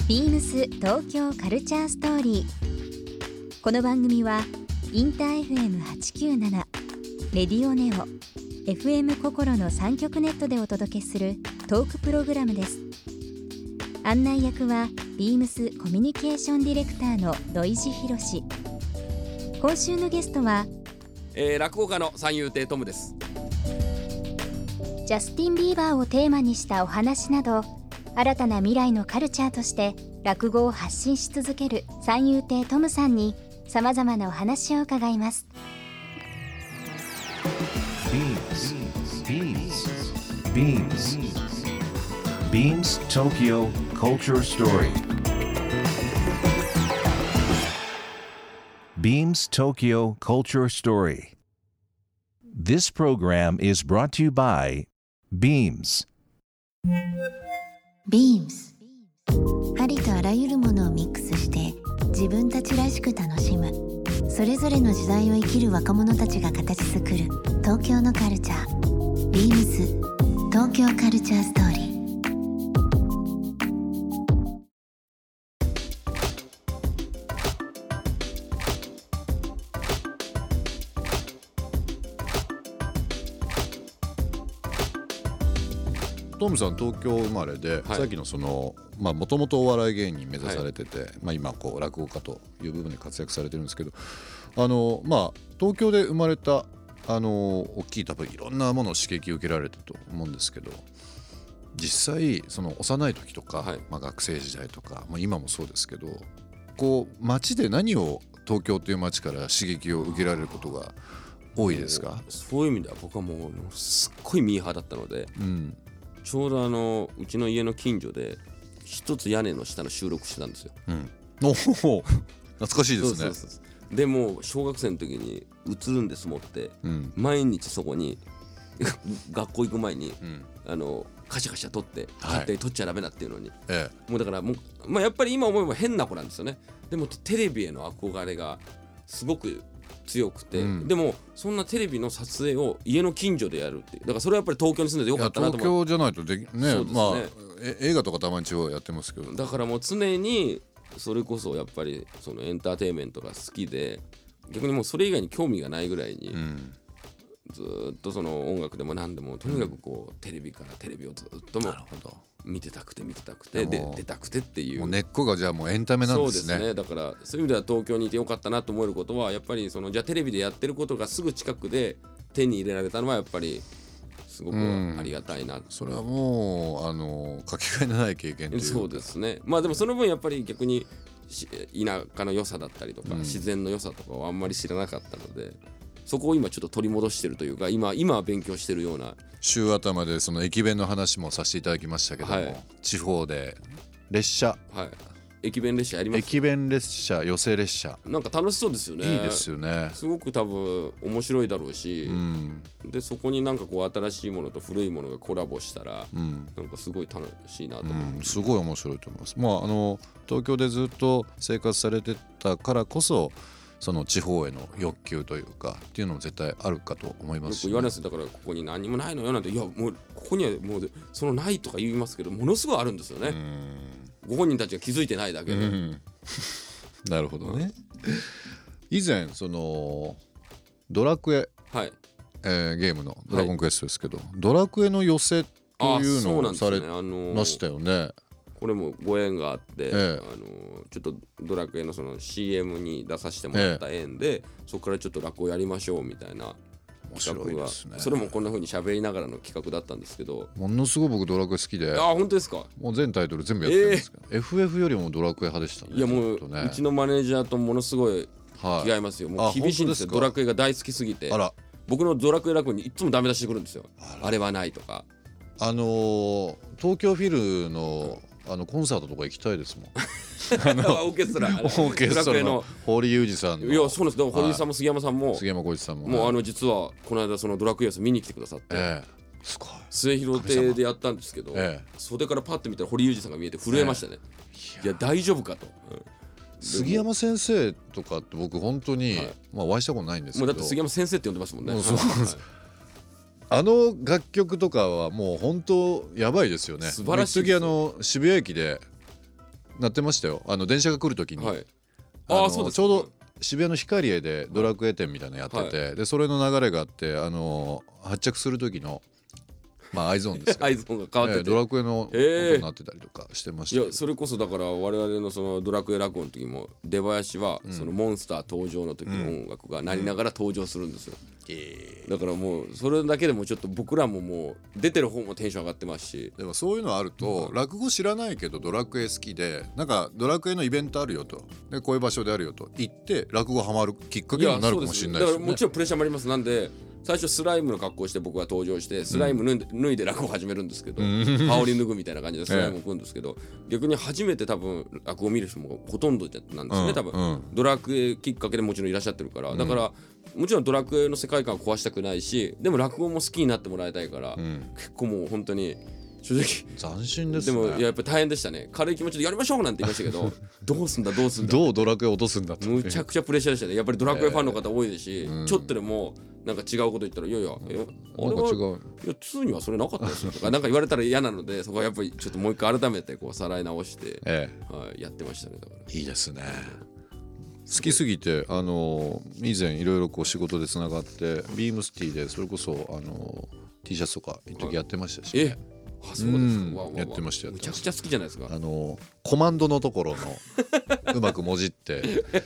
ビームス東京カルチャーストーリー。この番組はインター FM897 レディオネオ FM 心の3極ネットでお届けするトークプログラムです。案内役はビームスコミュニケーションディレクターの土井博志。今週のゲストは、 落語家の三遊亭トムです。 ジャスティン・ビーバーをテーマにしたお話など、新たな未来のカルチャーとして落語を発信し続ける三遊亭トムさんにさまざまなお話を伺います。 Beams Tokyo Culture Story. Beams Tokyo Culture Story. This program is brought to you by Beams. Beams ありとあらゆるものをミックスして自分たちらしく楽しむ、それぞれの時代を生きる若者たちが形作る東京のカルチャー。 Beams 東京カルチャーストーリー。 トムさん東京生まれで、さっきのそのもともとお笑い芸人目指されてて、今こう落語家という部分で活躍されてるんですけど、東京で生まれた大きい多分いろんなものを刺激を受けられてると思うんですけど、実際その幼い時とか、学生時代とか、今もそうですけど、こう街で何を東京という街から刺激を受けられることが多いですか？ そういう意味では僕はもうすっごいミーハーだったので、ちょうどうちの家の近所で一つ屋根の下の収録してたんですよ。 おお懐かしいですね。 そうでも小学生の時に映るんですもって、毎日そこに学校行く前に、カシャカシャ撮って絶対撮っちゃダメだっていうのに、もうだからもう、やっぱり今思えば変な子なんですよね。でもテレビへの憧れがすごく強くて、でもそんなテレビの撮影を家の近所でやるっていう、だからそれはやっぱり東京に住んでてよかったなと思う。 東京じゃないとできね、映画とかたまに地方やってますけど、 だからもう常にそれこそやっぱりそのエンターテインメントが好きで、逆にもうそれ以外に興味がないぐらいに、ずっとその音楽でも何でもとにかくこうテレビからテレビをずっとも見てたくてで出たくてっていう、 もう根っこがじゃあもうエンタメなんですね。 そうですね。だからそういう意味では東京にいてよかったなと思えることは、やっぱりそのじゃあテレビでやってることがすぐ近くで手に入れられたのはやっぱぱりすごくありがたいな、 それはもうかけがえのない経験というか。 そうですね。でもその分やっぱり逆に田舎の良さだったりとか、自然の良さとかをあんまり知らなかったので、そこを今ちょっと取り戻してるというか、今は勉強してるような。 週頭でその駅弁の話もさせていただきましたけども、地方で列車、 駅弁列車やります。 駅弁列車、寄せ列車、 なんか楽しそうですよね。 いいですよね。 すごく多分面白いだろうし、でそこになんかこう新しいものと古いものがコラボしたら、なんかすごい楽しいなと思う、 すごい面白いと思います。東京でずっと生活されてたからこそ、その地方への欲求というかっていうのも絶対あるかと思いますし、 よく言われます。だからここに何もないのよなんて、いやもうここにはもうそのないとか言いますけど、ものすごいあるんですよね。ご本人たちが気づいてないだけで。 なるほどね。以前そのドラクエ、ゲームのドラゴンクエストですけど、ドラクエの寄せというのをされましたよね。 これもご縁があって、ちょっとドラクエのその CM に出させてもらった縁で、そこからちょっと落語やりましょうみたいな企画が、それもこんな風に喋りながらの企画だったんですけど、 ものすごい僕ドラクエ好きで。 本当ですか？ もう全タイトル全部やってるんですけど、FF よりもドラクエ派でしたね。 いやもううちのマネージャーとものすごい違いますよ。もう厳しいんですよ。ドラクエが大好きすぎて、僕のドラクエ落語にいつもダメ出ししてくるんですよ。あれはないとか。 東京フィルのコンサートとか行きたいですもん。 オーケストラの堀裕二さんの。 いやそうなんです。だから堀井さんも杉山さんも杉山浩一さんももう実はこの間そのドラクエス見に来てくださって、 すごい末広亭でやったんですけど、袖からパッと見たら堀裕二さんが見えて震えましたね。いや大丈夫かと。 杉山先生とかって僕本当に、お会いしたことないんですけど、 もうだって杉山先生って呼んでますもんね。 楽曲とかはもう本当やばいですよね。 素晴らしいです。 渋谷駅でなってましたよ。電車が来る時に、 はい、 そうです。ちょうど渋谷のヒカリエでドラクエ展みたいなのやってて、でそれの流れがあって、発着する時のアイゾーンですか、 アイゾーンが変わってて、 ドラクエの音になってたりとかしてました。 いやそれこそだから我々のそのドラクエ落語の時も出囃子はそのモンスター登場の時の音楽が鳴りながら登場するんですよ。だからもうそれだけでもちょっと僕らももう出てる方もテンション上がってますし。 でもそういうのあると、落語知らないけどドラクエ好きで、なんかドラクエのイベントあるよと、でこういう場所であるよと言って落語ハマるきっかけになるかもしれないですよね。 だからもちろんプレッシャーもあります。なんで最初スライムの格好して僕は登場してスライム脱いで落語始めるんですけど、羽織脱ぐみたいな感じでスライムを食うんですけど、逆に初めて多分落語を見る人もほとんどなんですね、多分、ドラクエきっかけでもちろんいらっしゃってるから、だからもちろんドラクエの世界観を壊したくないし、でも落語も好きになってもらいたいから、結構もう本当に正直斬新ですね。 でもやっぱり大変でしたね。軽い気持ちでやりましょうなんて言いましたけどどうすんだどうドラクエ落とすんだって、 むちゃくちゃプレッシャーでしたね。やっぱりドラクエファンの方多いですし、ちょっとでもなんか違うこと言ったら、いやいやなんか違う、いや 2にはそれなかったですよとかなんか言われたら嫌なので、そこはやっぱりちょっともう一回改めてこうさらい直して、やってましたね。だからいいですね。好きすぎて以前いろいろこう仕事でつながってビームスティでそれこそT シャツとか一時やってましたし、ね、 そうですか。 やってました。 めちゃくちゃ好きじゃないですか。 コマンドのところのうまくもじって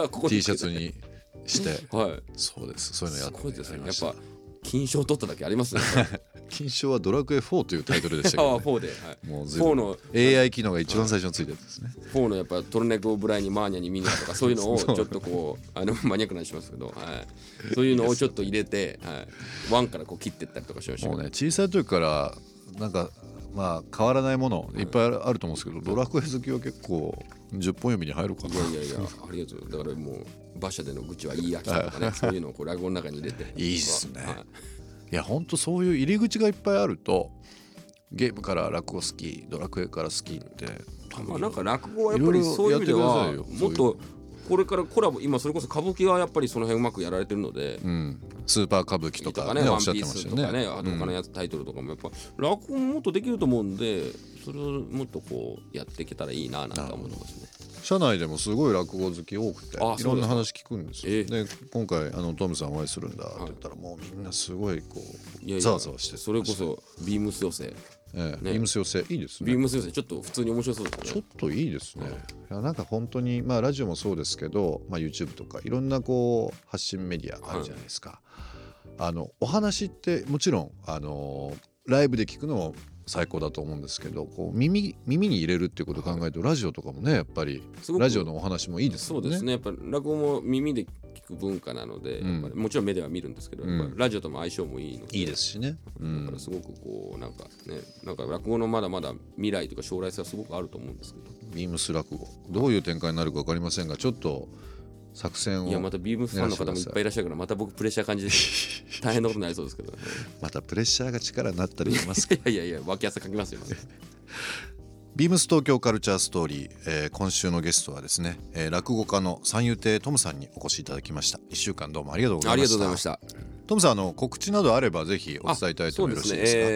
T シャツにして、そうです、そういうのやってました。すごいですね。 やっぱ金賞取っただけありますね。 金賞はドラクエ4というタイトルでしたけど、ね、 4で、 もう4の AI 機能が一番最初についてるんですね。 4のやっぱトルネコブライにマーニャにミニアとかそういうのをちょっとこうマニアックなにしますけど、そういうのをちょっと入れて、1からこう切っていったりとかしました。 もうね、小さい時からなんか変わらないものいっぱいあると思うんですけど、ドラクエ好きは結構10本指に入るかな。 いやありがとう。だからもう馬車での愚痴はいいやきたとかねそういうのをこう落語の中に入れていいっすね。いや本当そういう入り口がいっぱいあると、ゲームから落語好き、ドラクエから好きって、 なんか落語はやっぱりそういう意味ではもっとこれからコラボ、今それこそ歌舞伎はやっぱりその辺うまくやられてるので、 スーパー歌舞伎とかね、 ワンピースとかね、あと他のやつタイトルとかもやっぱ落語ももっとできると思うんで、それをもっとこうやっていけたらいいななんて思ってますね。 社内でもすごい落語好き多くていろんな話聞くんですよ。で今回トムさんお会いするんだって言ったら、もうみんなすごいこうざわざわして、 それこそビームス寄せ、 ビームス寄せいいですね。 ビームス寄せちょっと普通に面白そうですね。 ちょっといいですね。いやなんか本当にラジオもそうですけど、YouTube とかいろんなこう発信メディアあるじゃないですか。お話ってもちろんライブで聞くのも最高だと思うんですけど、こう耳に入れるっていうことを考えると、ラジオとかもねやっぱりラジオのお話もいいですよね。 そうですね。やっぱ落語も耳で聞く文化なので、やっぱりもちろん目では見るんですけど、やっぱラジオとも相性もいいのでいいですしね。 だからすごくこうなんか落語のまだまだ未来とか将来性はすごくあると思うんですけど、 ビームス落語どういう展開になるか分かりませんが、ちょっと作戦を、 いやまたビームスファンの方もいっぱいいらっしゃるから、また僕プレッシャー感じて大変なことになりそうですけど、 またプレッシャーが力になったりしますか。 いや脇汗かきますよ。 ビームス東京カルチャーストーリー、今週のゲストはですね、落語家の三遊亭トムさんにお越しいただきました。1週間どうもありがとうございました。 ありがとうございました。 トムさん告知などあればぜひお伝えいただいてもよろしいですか。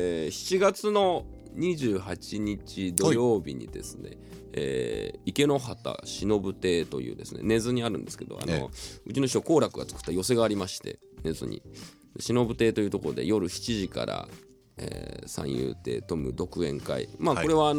7月の28日土曜日にですね、池之端忍亭というですね、根津にあるんですけど、うちの師匠好楽が作った寄席がありまして、根津に忍亭というところで夜7時から三遊亭トム独演会、これは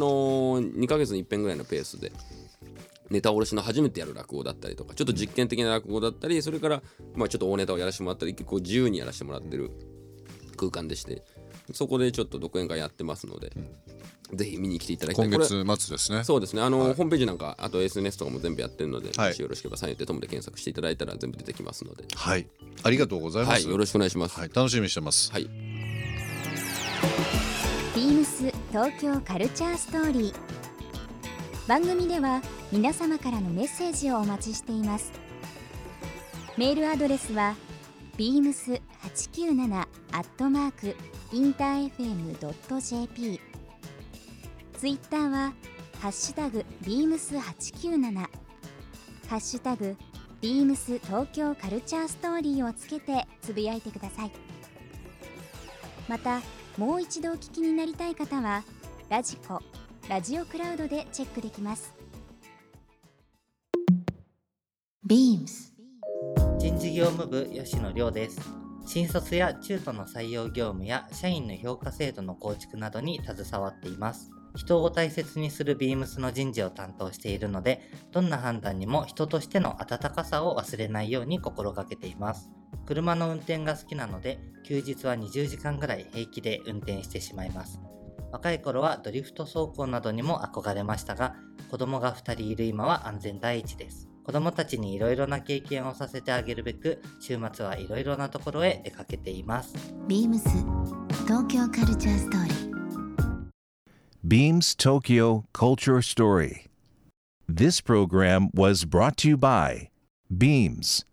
2ヶ月に1遍ぐらいのペースでネタおろしの初めてやる落語だったりとか、ちょっと実験的な落語だったり、それからちょっと大ネタをやらせてもらったり、結構自由にやらせてもらってる空間でして、そこでちょっと独演会やってますので、ぜひ見に来ていただきたい。 今月末ですね。 そうですね。ホームページなんかあと SNS とかも全部やってるので、もしよろしければ三遊亭トムで検索していただいたら全部出てきますので、 はい、ありがとうございます。 よろしくお願いします。 楽しみにしてます。 ビームス東京カルチャーストーリー。番組では皆様からのメッセージをお待ちしています。メールアドレスは beams897@interfm.jp、 ツイッターはハッシュタグ beams897、 ハッシュタグ beams 東京カルチャーストーリーをつけてつぶやいてください。またもう一度お聞きになりたい方はラジコ、ラジオクラウドでチェックできます。 BEAMS 人事業務部吉野亮です。新卒や中途の採用業務や社員の評価制度の構築などに携わっています。人を大切にする BEAMS の人事を担当しているので、どんな判断にも人としての温かさを忘れないように心がけています。車の運転が好きなので、休日は20時間ぐらい平気で運転してしまいます。若い頃はドリフト走行などにも憧れましたが、子供が2人いる今は安全第一です。子供たちにいろいろな経験をさせてあげるべく、週末はいろいろなところへ出かけています。 BEAMS 東京カルチャーストーリー。 Beams Tokyo Culture Story. This program was brought to you by Beams.